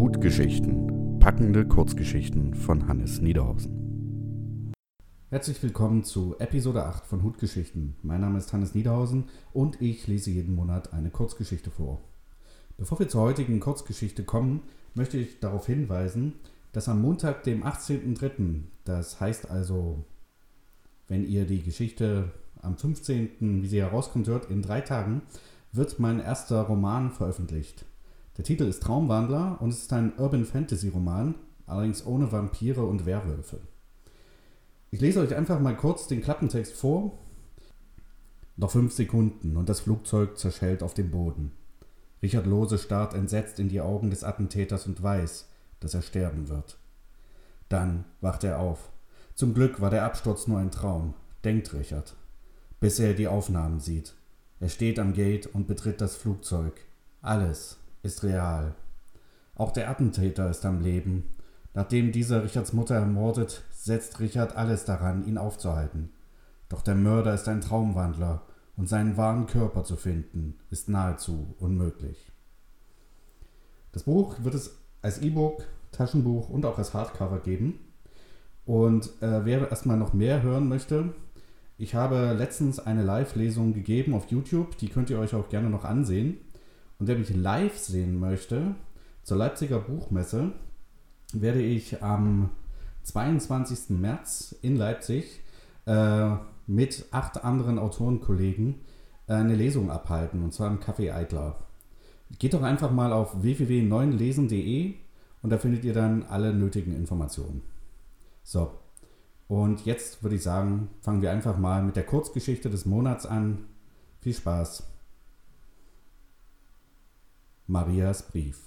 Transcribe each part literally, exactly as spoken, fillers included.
Hutgeschichten. Packende Kurzgeschichten von Hannes Niederhausen. Herzlich willkommen zu Episode acht von Hutgeschichten. Mein Name ist Hannes Niederhausen und ich lese jeden Monat eine Kurzgeschichte vor. Bevor wir zur heutigen Kurzgeschichte kommen, möchte ich darauf hinweisen, dass am Montag, dem achtzehnten dritten, das heißt also, wenn ihr die Geschichte am fünfzehnten, wie sie herauskommt, hört, in drei Tagen, wird mein erster Roman veröffentlicht. Der Titel ist Traumwandler und es ist ein Urban Fantasy Roman, allerdings ohne Vampire und Werwölfe. Ich lese euch einfach mal kurz den Klappentext vor. Noch fünf Sekunden und das Flugzeug zerschellt auf dem Boden. Richard Lohse starrt entsetzt in die Augen des Attentäters und weiß, dass er sterben wird. Dann wacht er auf. Zum Glück war der Absturz nur ein Traum, denkt Richard, bis er die Aufnahmen sieht. Er steht am Gate und betritt das Flugzeug. Alles ist real. Auch der Attentäter ist am Leben. Nachdem dieser Richards Mutter ermordet, setzt Richard alles daran, ihn aufzuhalten. Doch der Mörder ist ein Traumwandler und seinen wahren Körper zu finden, ist nahezu unmöglich. Das Buch wird es als E-Book, Taschenbuch und auch als Hardcover geben. Und äh, wer erstmal noch mehr hören möchte, ich habe letztens eine Live-Lesung gegeben auf YouTube, die könnt ihr euch auch gerne noch ansehen. Und wer mich live sehen möchte, zur Leipziger Buchmesse, werde ich am zweiundzwanzigsten März in Leipzig äh, mit acht anderen Autorenkollegen äh, eine Lesung abhalten, und zwar im Café Eitler. Geht doch einfach mal auf w w w punkt neun lesen punkt de und da findet ihr dann alle nötigen Informationen. So, und jetzt würde ich sagen, fangen wir einfach mal mit der Kurzgeschichte des Monats an. Viel Spaß! Marias Brief.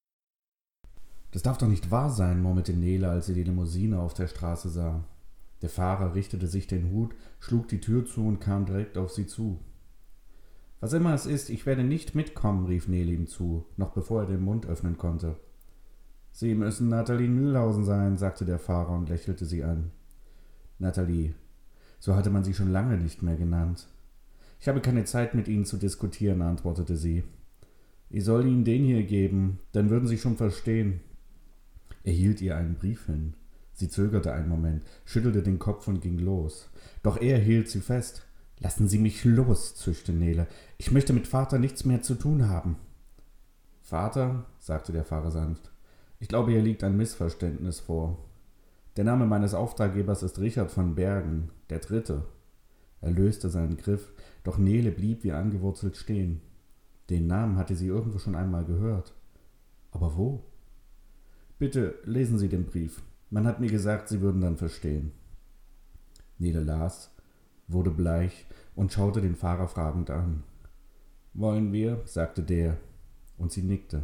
Das darf doch nicht wahr sein, murmelte Nele, als sie die Limousine auf der Straße sah. Der Fahrer richtete sich den Hut, schlug die Tür zu und kam direkt auf sie zu. Was immer es ist, ich werde nicht mitkommen, rief Nele ihm zu, noch bevor er den Mund öffnen konnte. Sie müssen Nathalie Mühlhausen sein, sagte der Fahrer und lächelte sie an. Nathalie, so hatte man sie schon lange nicht mehr genannt. Ich habe keine Zeit, mit Ihnen zu diskutieren, antwortete sie. Ich soll Ihnen den hier geben, dann würden Sie schon verstehen. Er hielt ihr einen Brief hin. Sie zögerte einen Moment, schüttelte den Kopf und ging los. Doch er hielt sie fest. »Lassen Sie mich los«, zischte Nele. »Ich möchte mit Vater nichts mehr zu tun haben.« »Vater«, sagte der Fahrer sanft, »ich glaube, hier liegt ein Missverständnis vor. Der Name meines Auftraggebers ist Richard von Bergen, der Dritte.« Er löste seinen Griff, doch Nele blieb wie angewurzelt stehen. Den Namen hatte sie irgendwo schon einmal gehört. Aber wo? »Bitte lesen Sie den Brief. Man hat mir gesagt, Sie würden dann verstehen.« Nele las, wurde bleich und schaute den Fahrer fragend an. »Wollen wir?«, sagte der, und sie nickte.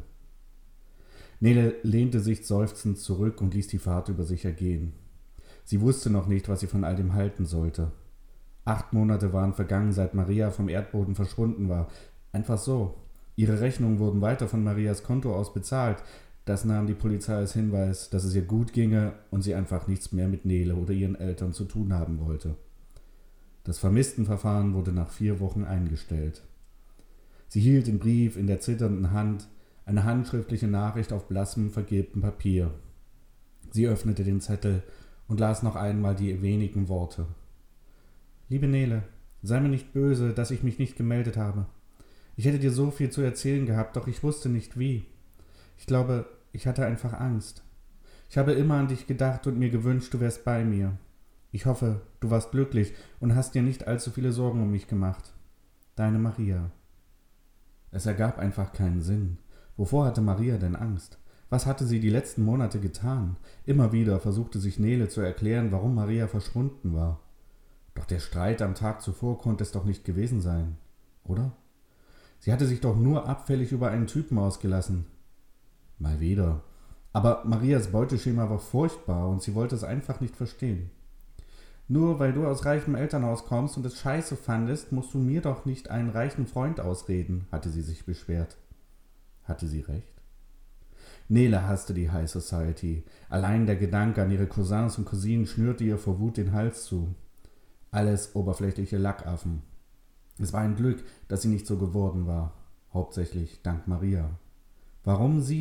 Nele lehnte sich seufzend zurück und ließ die Fahrt über sich ergehen. Sie wusste noch nicht, was sie von all dem halten sollte. Acht Monate waren vergangen, seit Maria vom Erdboden verschwunden war. Einfach so. Ihre Rechnungen wurden weiter von Marias Konto aus bezahlt. Das nahm die Polizei als Hinweis, dass es ihr gut ginge und sie einfach nichts mehr mit Nele oder ihren Eltern zu tun haben wollte. Das Vermisstenverfahren wurde nach vier Wochen eingestellt. Sie hielt den Brief in der zitternden Hand, eine handschriftliche Nachricht auf blassem, vergilbtem Papier. Sie öffnete den Zettel und las noch einmal die wenigen Worte. »Liebe Nele, sei mir nicht böse, dass ich mich nicht gemeldet habe. Ich hätte dir so viel zu erzählen gehabt, doch ich wusste nicht wie. Ich glaube, ich hatte einfach Angst. Ich habe immer an dich gedacht und mir gewünscht, du wärst bei mir. Ich hoffe, du warst glücklich und hast dir nicht allzu viele Sorgen um mich gemacht. Deine Maria.« Es ergab einfach keinen Sinn. Wovor hatte Maria denn Angst? Was hatte sie die letzten Monate getan? Immer wieder versuchte sich Nele zu erklären, warum Maria verschwunden war. Doch der Streit am Tag zuvor konnte es doch nicht gewesen sein, oder? Sie hatte sich doch nur abfällig über einen Typen ausgelassen. Mal wieder. Aber Marias Beuteschema war furchtbar und sie wollte es einfach nicht verstehen. »Nur weil du aus reichem Elternhaus kommst und es scheiße fandest, musst du mir doch nicht einen reichen Freund ausreden«, hatte sie sich beschwert. Hatte sie recht? Nele hasste die High Society. Allein der Gedanke an ihre Cousins und Cousinen schnürte ihr vor Wut den Hals zu. Alles oberflächliche Lackaffen. Es war ein Glück, dass sie nicht so geworden war. Hauptsächlich dank Maria. Warum sie,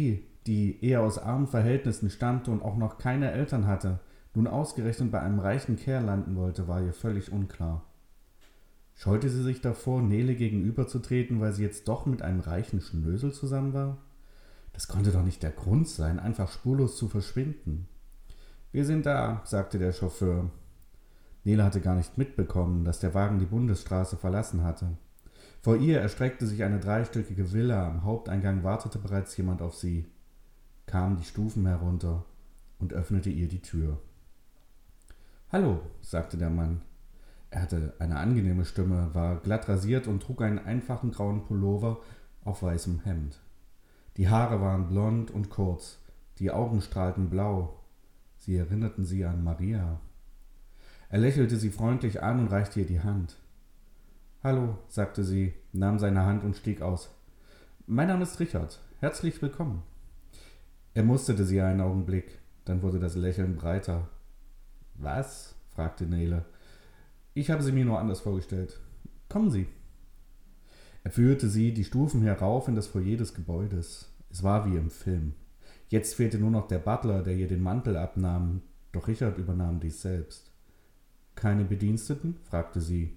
die eher aus armen Verhältnissen stammte und auch noch keine Eltern hatte, nun ausgerechnet bei einem reichen Kerl landen wollte, war ihr völlig unklar. Scheute sie sich davor, Nele gegenüberzutreten, weil sie jetzt doch mit einem reichen Schnösel zusammen war? Das konnte doch nicht der Grund sein, einfach spurlos zu verschwinden. »Wir sind da«, sagte der Chauffeur. Nele hatte gar nicht mitbekommen, dass der Wagen die Bundesstraße verlassen hatte. Vor ihr erstreckte sich eine dreistöckige Villa, am Haupteingang wartete bereits jemand auf sie, kam die Stufen herunter und öffnete ihr die Tür. »Hallo«, sagte der Mann. Er hatte eine angenehme Stimme, war glatt rasiert und trug einen einfachen grauen Pullover auf weißem Hemd. Die Haare waren blond und kurz, die Augen strahlten blau. Sie erinnerten sie an Maria. Er lächelte sie freundlich an und reichte ihr die Hand. »Hallo«, sagte sie, nahm seine Hand und stieg aus. »Mein Name ist Richard. Herzlich willkommen.« Er musterte sie einen Augenblick, dann wurde das Lächeln breiter. »Was?« fragte Nele. »Ich habe sie mir nur anders vorgestellt. Kommen Sie.« Er führte sie die Stufen herauf in das Foyer des Gebäudes. Es war wie im Film. Jetzt fehlte nur noch der Butler, der ihr den Mantel abnahm, doch Richard übernahm dies selbst. »Keine Bediensteten?« fragte sie.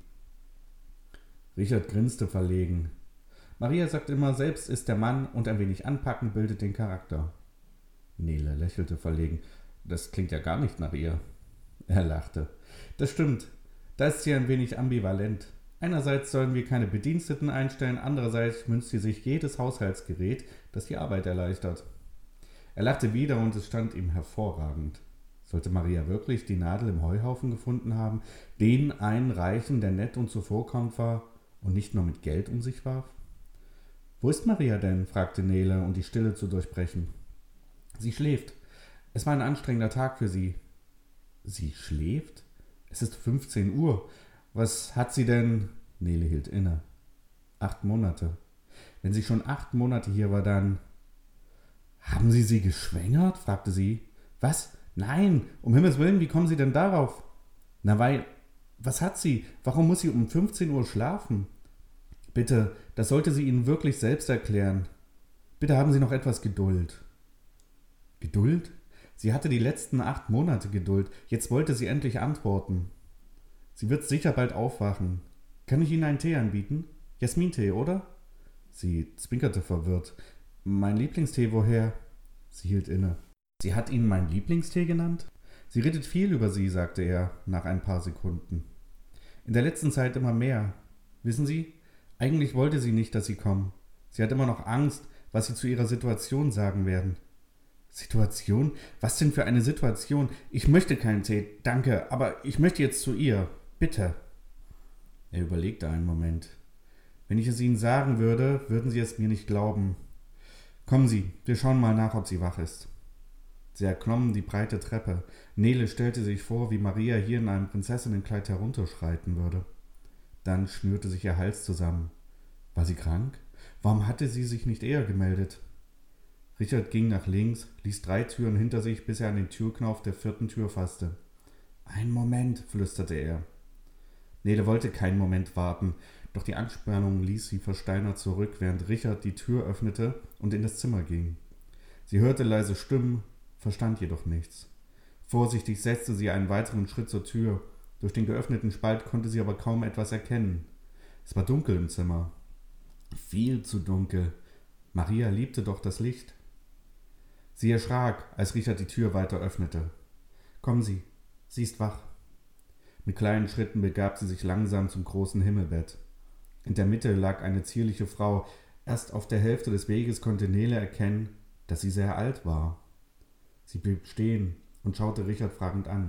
Richard grinste verlegen. »Maria sagt immer, selbst ist der Mann und ein wenig anpacken bildet den Charakter.« Nele lächelte verlegen. »Das klingt ja gar nicht nach ihr.« Er lachte. »Das stimmt. Da ist sie ein wenig ambivalent. Einerseits sollen wir keine Bediensteten einstellen, andererseits wünscht sie sich jedes Haushaltsgerät, das die Arbeit erleichtert.« Er lachte wieder und es stand ihm hervorragend. Sollte Maria wirklich die Nadel im Heuhaufen gefunden haben, den einen Reichen, der nett und zuvorkommend war und nicht nur mit Geld um sich warf? »Wo ist Maria denn?« fragte Nele, um die Stille zu durchbrechen. »Sie schläft. Es war ein anstrengender Tag für sie.« »Sie schläft? Es ist fünfzehn Uhr. Was hat sie denn?« Nele hielt inne. »Acht Monate. Wenn sie schon acht Monate hier war, dann...« »Haben Sie sie geschwängert?« fragte sie. »Was? Nein, um Himmels Willen, wie kommen Sie denn darauf?« »Na, weil... Was hat sie? Warum muss sie um fünfzehn Uhr schlafen?« »Bitte, das sollte sie Ihnen wirklich selbst erklären. Bitte haben Sie noch etwas Geduld.« »Geduld?« Sie hatte die letzten acht Monate Geduld. Jetzt wollte sie endlich antworten. »Sie wird sicher bald aufwachen. Kann ich Ihnen einen Tee anbieten? Jasmintee, oder?« Sie zwinkerte verwirrt. »Mein Lieblingstee, woher?« Sie hielt inne. »Sie hat Ihnen meinen Lieblingstee genannt?« »Sie redet viel über Sie«, sagte er nach ein paar Sekunden. »In der letzten Zeit immer mehr. Wissen Sie, eigentlich wollte sie nicht, dass Sie kommen. Sie hat immer noch Angst, was Sie zu Ihrer Situation sagen werden.« »Situation? Was denn für eine Situation? Ich möchte keinen Tee, danke, aber ich möchte jetzt zu ihr. Bitte.« Er überlegte einen Moment. »Wenn ich es Ihnen sagen würde, würden Sie es mir nicht glauben. Kommen Sie, wir schauen mal nach, ob sie wach ist.« Sie erklommen die breite Treppe. Nele stellte sich vor, wie Maria hier in einem Prinzessinnenkleid herunterschreiten würde. Dann schnürte sich ihr Hals zusammen. War sie krank? Warum hatte sie sich nicht eher gemeldet? Richard ging nach links, ließ drei Türen hinter sich, bis er an den Türknauf der vierten Tür fasste. »Einen Moment«, flüsterte er. Nele wollte keinen Moment warten, doch die Anspannung ließ sie versteinert zurück, während Richard die Tür öffnete und in das Zimmer ging. Sie hörte leise Stimmen, verstand jedoch nichts. Vorsichtig setzte sie einen weiteren Schritt zur Tür. Durch den geöffneten Spalt konnte sie aber kaum etwas erkennen. Es war dunkel im Zimmer. Viel zu dunkel. Maria liebte doch das Licht. Sie erschrak, als Richard die Tür weiter öffnete. »Kommen Sie, sie ist wach.« Mit kleinen Schritten begab sie sich langsam zum großen Himmelbett. In der Mitte lag eine zierliche Frau. Erst auf der Hälfte des Weges konnte Nele erkennen, dass sie sehr alt war. Sie blieb stehen und schaute Richard fragend an.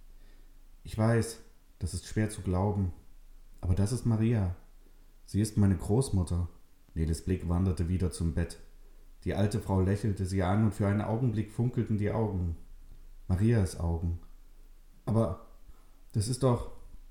»Ich weiß, das ist schwer zu glauben, aber das ist Maria. Sie ist meine Großmutter.« Neles Blick wanderte wieder zum Bett. Die alte Frau lächelte sie an und für einen Augenblick funkelten die Augen. Marias Augen. »Aber das ist doch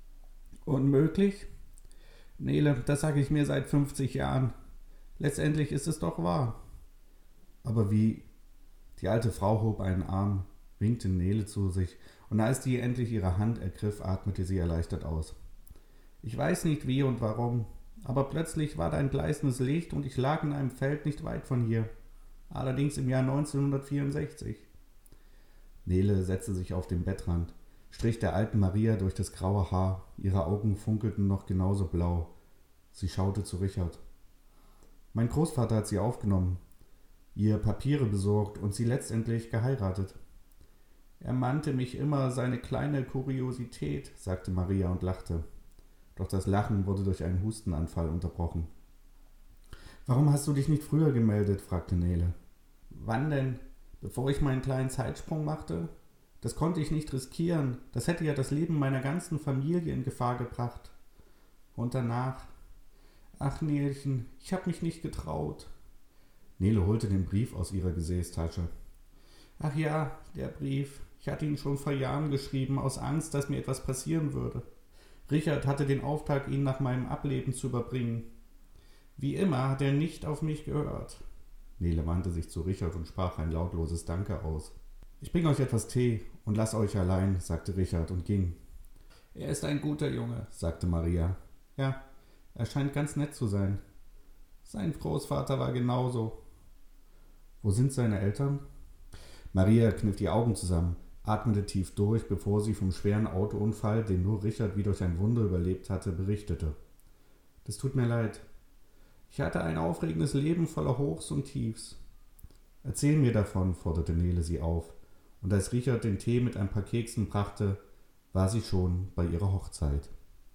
unmöglich?« »Nele, das sage ich mir seit fünfzig Jahren. Letztendlich ist es doch wahr.« »Aber wie?« Die alte Frau hob einen Arm, winkte Nele zu sich, und als die endlich ihre Hand ergriff, atmete sie erleichtert aus. »Ich weiß nicht wie und warum, aber plötzlich war da ein gleißendes Licht und ich lag in einem Feld nicht weit von hier. allerdings im Jahr neunzehnhundertvierundsechzig. Nele setzte sich auf den Bettrand, strich der alten Maria durch das graue Haar, ihre Augen funkelten noch genauso blau. Sie schaute zu Richard. Mein Großvater hat sie aufgenommen, ihr Papiere besorgt und sie letztendlich geheiratet. Er mahnte mich immer seine kleine Kuriosität, sagte Maria und lachte. Doch das Lachen wurde durch einen Hustenanfall unterbrochen. »Warum hast du dich nicht früher gemeldet?« fragte Nele. »Wann denn? Bevor ich meinen kleinen Zeitsprung machte? Das konnte ich nicht riskieren. Das hätte ja das Leben meiner ganzen Familie in Gefahr gebracht. Und danach? Ach, Nelchen, ich hab mich nicht getraut.« Nele holte den Brief aus ihrer Gesäßtasche. »Ach ja, der Brief. Ich hatte ihn schon vor Jahren geschrieben, aus Angst, dass mir etwas passieren würde. Richard hatte den Auftrag, ihn nach meinem Ableben zu überbringen. Wie immer hat er nicht auf mich gehört.« Nele wandte sich zu Richard und sprach ein lautloses Danke aus. »Ich bringe euch etwas Tee und lass euch allein«, sagte Richard und ging. »Er ist ein guter Junge«, sagte Maria. »Ja, er scheint ganz nett zu sein. Sein Großvater war genauso.« »Wo sind seine Eltern?« Maria kniff die Augen zusammen, atmete tief durch, bevor sie vom schweren Autounfall, den nur Richard wie durch ein Wunder überlebt hatte, berichtete. »Das tut mir leid. Ich hatte ein aufregendes Leben voller Hochs und Tiefs.« »Erzähl mir davon«, forderte Nele sie auf, und als Richard den Tee mit ein paar Keksen brachte, war sie schon bei ihrer Hochzeit.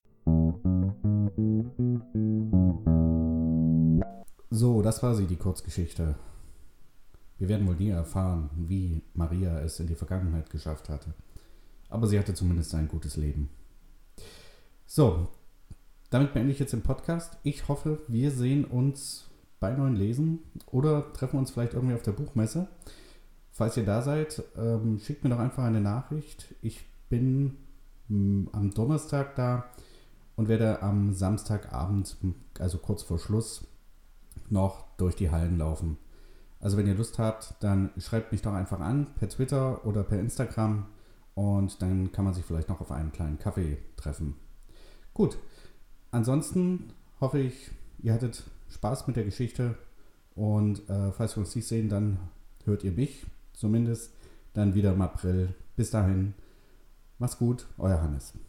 So, das war sie, die Kurzgeschichte. Wir werden wohl nie erfahren, wie Maria es in die Vergangenheit geschafft hatte. Aber sie hatte zumindest ein gutes Leben. So, damit beende ich jetzt den Podcast. Ich hoffe, wir sehen uns bei neuen Lesen oder treffen uns vielleicht irgendwie auf der Buchmesse. Falls ihr da seid, ähm, schickt mir doch einfach eine Nachricht. Ich bin mh, am Donnerstag da und werde am Samstagabend, also kurz vor Schluss, noch durch die Hallen laufen. Also wenn ihr Lust habt, dann schreibt mich doch einfach an, per Twitter oder per Instagram, und dann kann man sich vielleicht noch auf einen kleinen Kaffee treffen. Gut, ansonsten hoffe ich, ihr hattet Spaß mit der Geschichte, und äh, falls wir uns nicht sehen, dann hört ihr mich zumindest dann wieder im April. Bis dahin, macht's gut, euer Hannes.